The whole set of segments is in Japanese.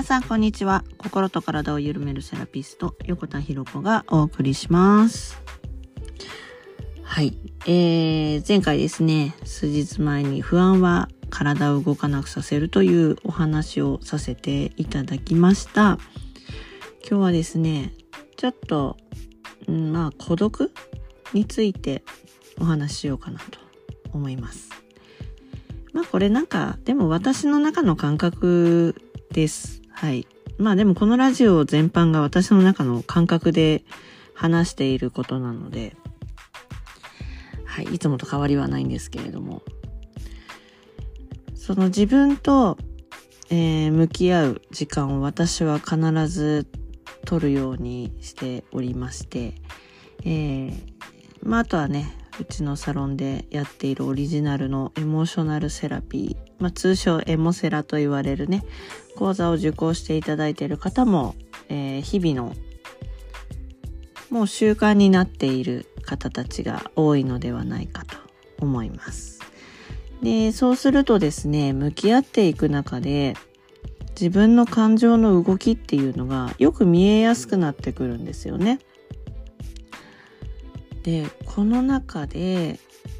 皆さんこんにちは。心と体を緩めるセラピスト横田博子がお送りします。はい、前回ですね、数日前に不安は体を動かなくさせるというお話をさせていただきました。今日はですね、ちょっと孤独についてお話ししようかなと思います。これでも私の中の感覚です。はい。でもこのラジオ全般が私の中の感覚で話していることなので、はい、いつもと変わりはないんですけれども、その自分と、向き合う時間を私は必ず取るようにしておりまして、あとはね、うちのサロンでやっているオリジナルのエモーショナルセラピー、通称エモセラと言われるね、講座を受講していただいている方も、日々のもう習慣になっている方たちが多いのではないかと思います。で、そうするとですね、向き合っていく中で自分の感情の動きっていうのがよく見えやすくなってくるんですよね。で、この中で、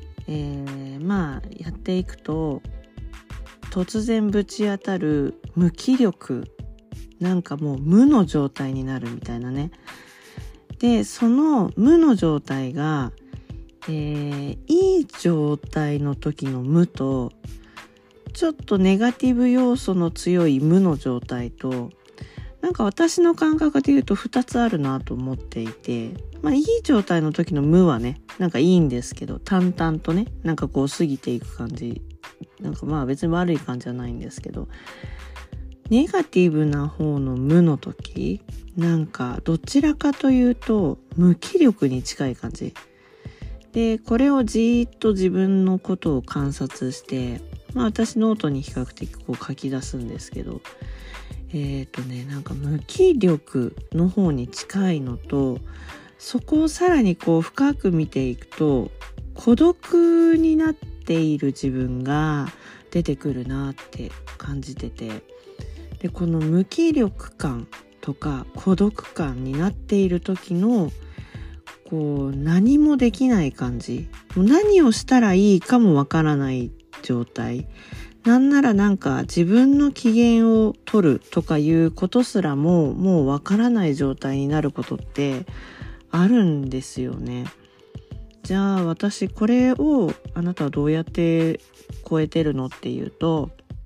やっていくと突然ぶち当たる無気力、もう無の状態になるみたいなね。で、その無の状態が、いい状態の時の無と、ちょっとネガティブ要素の強い無の状態と、私の感覚で言うと2つあるなと思っていて、いい状態の時の無はね、いいんですけど、淡々とね、過ぎていく感じ。別に悪い感じじゃないんですけど、ネガティブな方の無の時、どちらかというと無気力に近い感じ。で、これをじーっと自分のことを観察して、私ノートに比較的書き出すんですけど、無気力の方に近いのと、そこをさらに深く見ていくと、孤独になっている自分が出てくるなって感じてて、で、この無気力感とか孤独感になっている時の何もできない感じ、もう何をしたらいいかもわからない状態、なんなら自分の機嫌を取るとかいうことすらもうわからない状態になることってあるんですよね。じゃあ私これをあなたはどうやって超えてるのっていうと、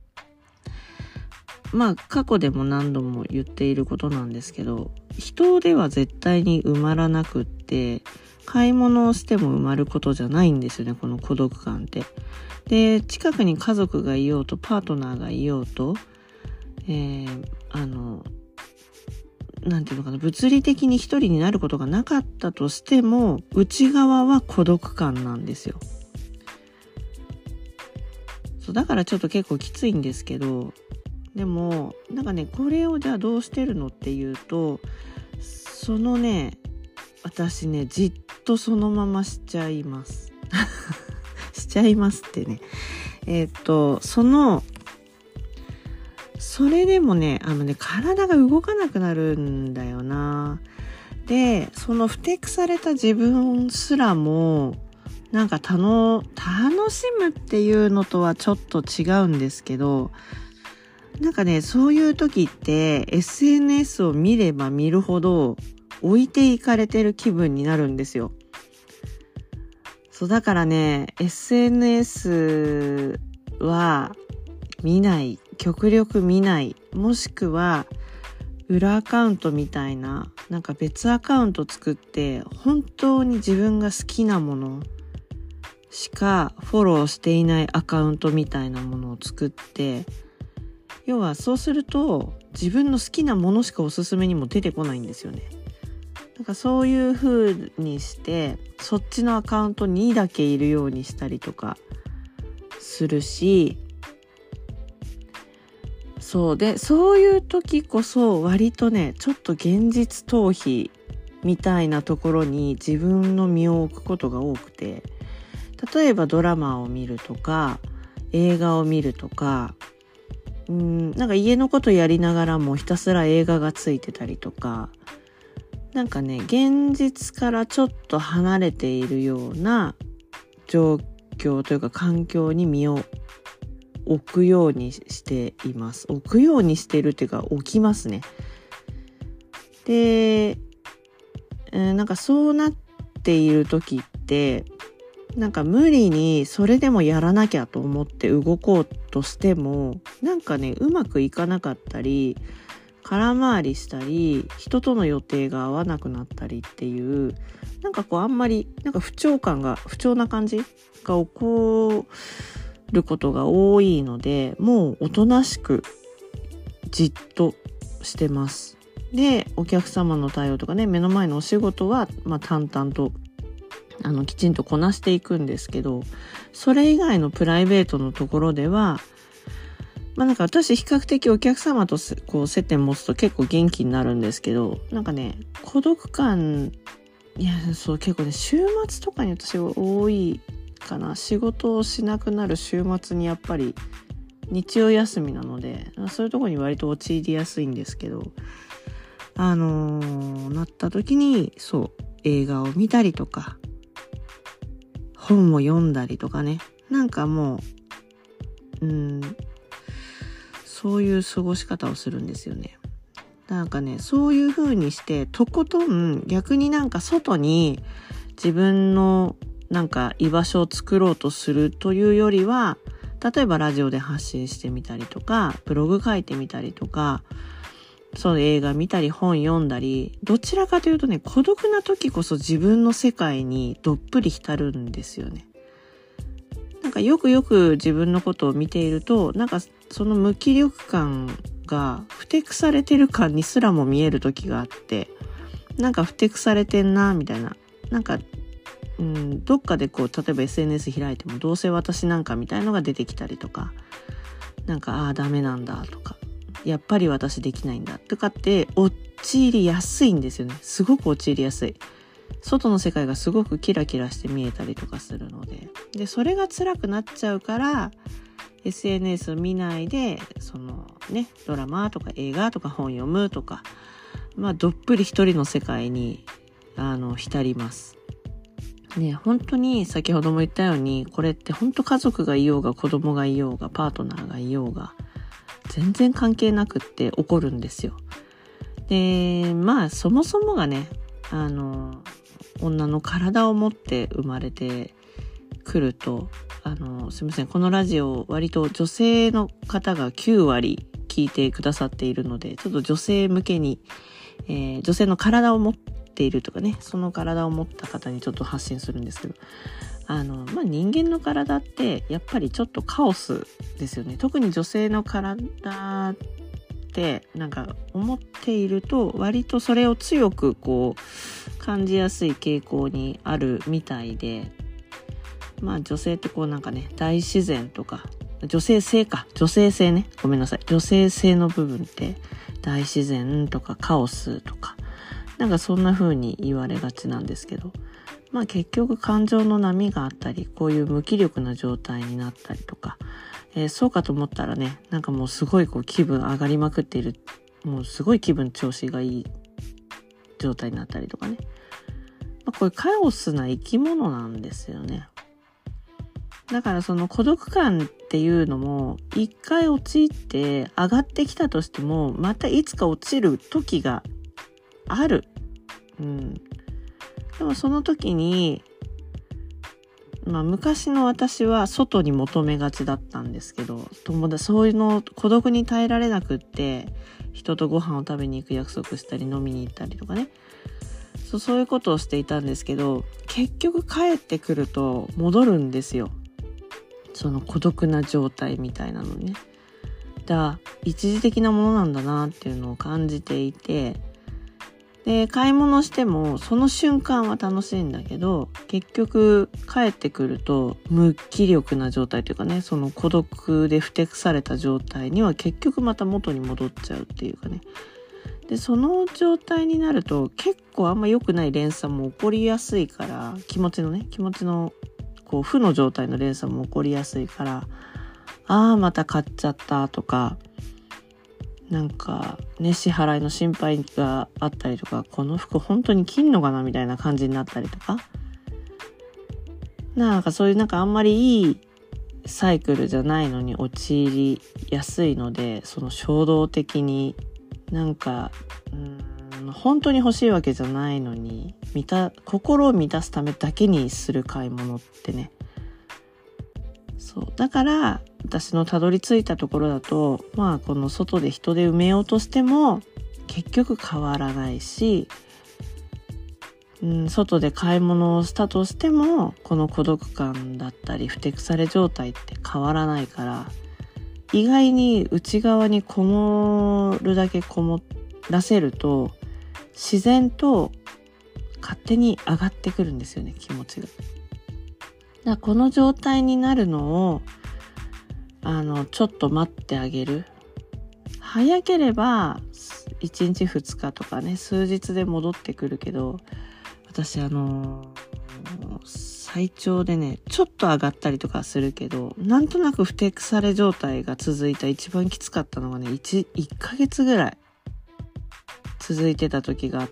過去でも何度も言っていることなんですけど、人では絶対に埋まらなくって、買い物をしても埋まることじゃないんですよね、この孤独感って。で、近くに家族がいようとパートナーがいようと、物理的に一人になることがなかったとしても、内側は孤独感なんですよ。だからちょっと結構きついんですけど、でもこれをじゃあどうしてるのっていうと、私ね、じっとそのまましちゃいますしちゃいますってね、それでもね、体が動かなくなるんだよな。で、そのふてくされた自分すらも楽しむっていうのとはちょっと違うんですけど、そういう時って SNS を見れば見るほど置いていかれてる気分になるんですよ。だからね、SNS は見ない、極力見ない、もしくは裏アカウントみたいな、別アカウント作って、本当に自分が好きなものしかフォローしていないアカウントみたいなものを作って、要はそうすると自分の好きなものしかおすすめにも出てこないんですよね。そういう風にしてそっちのアカウントにだけいるようにしたりとかするし、そういう時こそ割とね、ちょっと現実逃避みたいなところに自分の身を置くことが多くて、例えばドラマを見るとか映画を見るとか、 なんか家のことやりながらもひたすら映画がついてたりとか、なんかね、現実からちょっと離れているような状況というか環境に身を置くようにしています。置くようにしてるっていうか置きますね。で、なんかそうなっている時って、なんか無理にそれでもやらなきゃと思って動こうとしても、なんかね、うまくいかなかったり、空回りしたり、人との予定が合わなくなったりっていう、なんかこうあんまり、なんか不調な感じが起こることが多いので、もうおとなしくじっとしてます。で、お客様の対応とかね、目の前のお仕事は、淡々ときちんとこなしていくんですけど、それ以外のプライベートのところでは、なんか私比較的お客様とこう接点持つと結構元気になるんですけど、なんかね、孤独感、結構ね、週末とかに私は多いかな。仕事をしなくなる週末にやっぱり日曜休みなので、そういうところに割と陥りやすいんですけど、なった時に、映画を見たりとか、本を読んだりとかね、なんかもう、そういう過ごし方をするんですよね。なんかね、そういう風にして、とことん逆になんか外に自分のなんか居場所を作ろうとするというよりは、例えばラジオで発信してみたりとか、ブログ書いてみたりとか、映画見たり本読んだり、どちらかというとね、孤独な時こそ自分の世界にどっぷり浸るんですよね。なんかよく自分のことを見ていると、なんかその無気力感がふてくされてる感にすらも見える時があって、なんかふてくされてんなみたいな、なんか、どっかでこう例えば SNS 開いてもどうせ私なんかみたいのが出てきたりとか、なんかダメなんだとか、やっぱり私できないんだとかって陥りやすいんですよね。すごく陥りやすい。外の世界がすごくキラキラして見えたりとかするので、それが辛くなっちゃうから SNS を見ないでドラマとか映画とか本読むとか、どっぷり一人の世界に浸りますね。本当に先ほども言ったように、これって本当家族がいようが子供がいようがパートナーがいようが全然関係なくって起こるんですよ。で、そもそもがね、女の体を持って生まれてくると、すみません、このラジオ割と女性の方が9割聞いてくださっているので、ちょっと女性向けに、女性の体を持っているとかね、その体を持った方にちょっと発信するんですけど、人間の体ってやっぱりちょっとカオスですよね。特に女性の体ってなんか思っていると割とそれを強くこう感じやすい傾向にあるみたいで、女性ってこうなんかね、大自然とか女性性ね、ごめんなさい、女性性の部分って大自然とかカオスとかなんかそんな風に言われがちなんですけど、結局感情の波があったり、こういう無気力な状態になったりとか、そうかと思ったらね、なんかもうすごいこう気分上がりまくっている、もうすごい気分調子がいい状態になったりとかね。これカオスな生き物なんですよね。だからその孤独感っていうのも一回陥って上がってきたとしても、またいつか落ちる時がある。でもその時に、昔の私は外に求めがちだったんですけど、そういうの孤独に耐えられなくって、人とご飯を食べに行く約束したり飲みに行ったりとかね、そういうことをしていたんですけど、結局帰ってくると戻るんですよ。その孤独な状態みたいなのね。一時的なものなんだなっていうのを感じていて、で、買い物してもその瞬間は楽しいんだけど、結局帰ってくると無気力な状態というかね、その孤独でふてくされた状態には結局また元に戻っちゃうっていうかね。で、その状態になると結構あんま良くない連鎖も起こりやすいから、気持ちのこう負の状態の連鎖も起こりやすいから、 また買っちゃったとか、なんかね、支払いの心配があったりとか、この服本当に着んのかなみたいな感じになったりとか、なんかそういうなんかあんまりいいサイクルじゃないのに陥りやすいので、その衝動的になんか本当に欲しいわけじゃないのに心を満たすためだけにする買い物ってね、そうだから私のたどり着いたところだと、この外で人で埋めようとしても結局変わらないし、外で買い物をしたとしてもこの孤独感だったりふてくされ状態って変わらないから、意外に内側にこもるだけこもらせると自然と勝手に上がってくるんですよね、気持ちが。だからこの状態になるのをちょっと待ってあげる。早ければ1日2日とかね、数日で戻ってくるけど、私最長でねちょっと上がったりとかするけど、なんとなくふてくされ状態が続いた一番きつかったのがね 1ヶ月ぐらい続いてた時があって、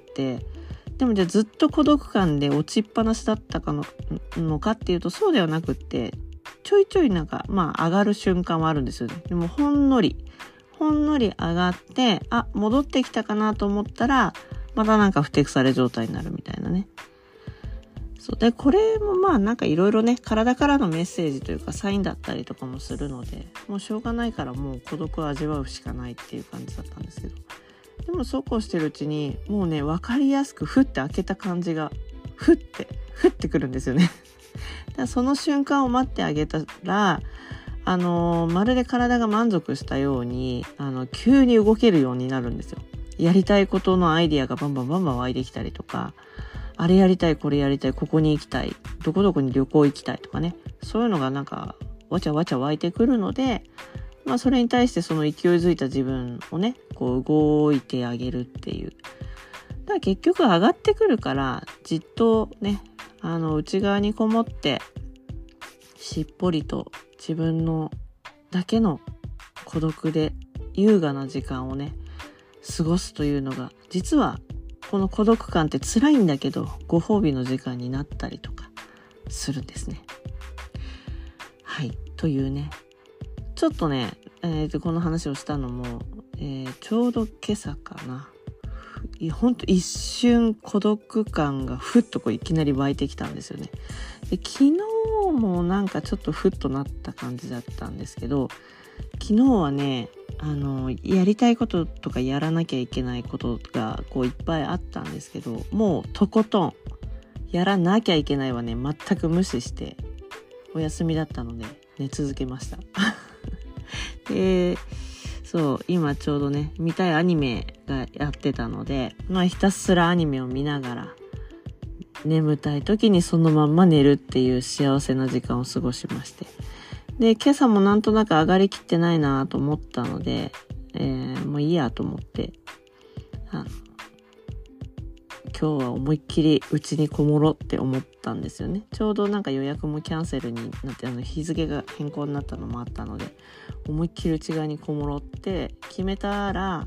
でもじゃあずっと孤独感で落ちっぱなしだったのかっていうとそうではなくって、ちょいちょいなんか上がる瞬間はあるんですよね。でもほんのり上がって、戻ってきたかなと思ったらまたなんかふてくされ状態になるみたいなね。そうで、これもなんかいろいろね、体からのメッセージというかサインだったりとかもするので、もうしょうがないからもう孤独を味わうしかないっていう感じだったんですけど、でもそうこうしてるうちにもうね、分かりやすくふって開けた感じがふってくるんですよね。だからその瞬間を待ってあげたら、まるで体が満足したように急に動けるようになるんですよ。やりたいことのアイディアがバンバン湧いてきたりとか、あれやりたいこれやりたいここに行きたいどこどこに旅行行きたいとかね、そういうのがなんかわちゃわちゃ湧いてくるので、それに対してその勢いづいた自分をねこう動いてあげるっていう。だから結局上がってくるから、じっとね内側にこもってしっぽりと自分のだけの孤独で優雅な時間をね過ごすというのが、実はこの孤独感って辛いんだけどご褒美の時間になったりとかするんですね。はい、というね、ちょっとね、この話をしたのも、ちょうど今朝かな。ほんと一瞬孤独感がふっといきなり湧いてきたんですよね。で、昨日もなんかちょっとふっとなった感じだったんですけど、昨日はねやりたいこととかやらなきゃいけないことがいっぱいあったんですけど、もうとことんやらなきゃいけないはね全く無視してお休みだったので寝続けました。で、そう今ちょうどね見たいアニメがやってたので、ひたすらアニメを見ながら眠たい時にそのまんま寝るっていう幸せな時間を過ごしまして、で今朝もなんとなく上がりきってないなと思ったので、もういいやと思って今日は思いっきりうちにこもろって思ったんですよね。ちょうどなんか予約もキャンセルになって日付が変更になったのもあったので、思いっきり内側にこもろって決めた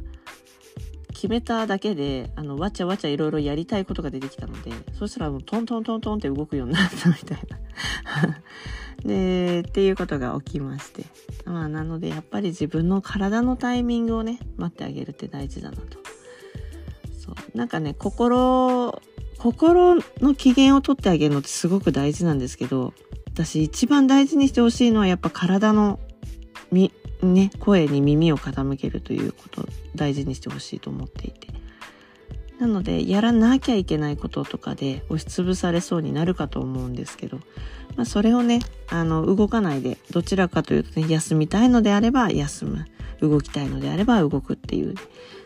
だけでわちゃわちゃいろいろやりたいことが出てきたので、そしたらもうトントントントンって動くようになったみたいなでっていうことが起きまして、なのでやっぱり自分の体のタイミングをね待ってあげるって大事だなと。そうなんかね心の機嫌を取ってあげるのってすごく大事なんですけど、私一番大事にしてほしいのはやっぱ体の声に耳を傾けるということを大事にしてほしいと思っていて、なのでやらなきゃいけないこととかで押しつぶされそうになるかと思うんですけど、それをね動かないで、どちらかというとね休みたいのであれば休む、動きたいのであれば動くっていう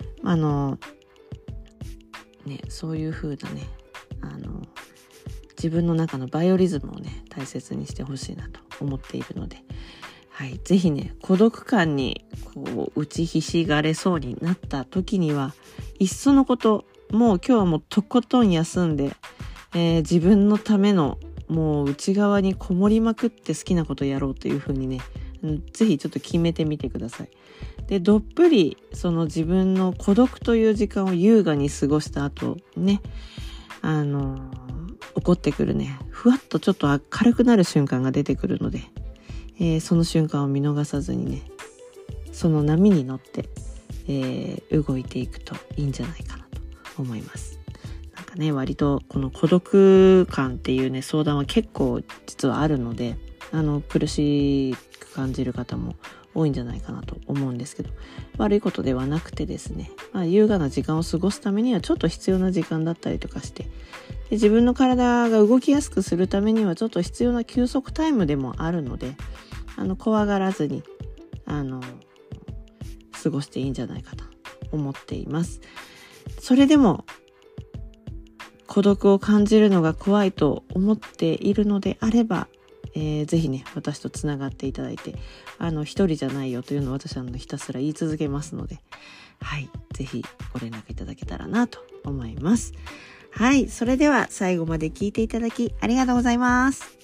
そういう風なね自分の中のバイオリズムをね大切にしてほしいなと思っているので、はい、ぜひね孤独感に打ちひしがれそうになった時には、いっそのこともう今日はもうとことん休んで、自分のためのもう内側にこもりまくって好きなことやろうという風にねぜひちょっと決めてみてください。で、どっぷりその自分の孤独という時間を優雅に過ごした後ね、起こってくるね、ふわっとちょっと軽くなる瞬間が出てくるので、その瞬間を見逃さずにね、その波に乗って、動いていくといいんじゃないかなと思います。なんかね、割とこの孤独感っていうね、相談は結構実はあるので、苦しく感じる方も多いんじゃないかなと思うんですけど、悪いことではなくてですね、優雅な時間を過ごすためにはちょっと必要な時間だったりとかして、で自分の体が動きやすくするためにはちょっと必要な休息タイムでもあるので、怖がらずに過ごしていいんじゃないかと思っています。それでも孤独を感じるのが怖いと思っているのであれば、ぜひね、私とつながっていただいて、一人じゃないよというのを私はひたすら言い続けますので、はい、ぜひご連絡いただけたらなと思います。はい、それでは最後まで聞いていただきありがとうございます。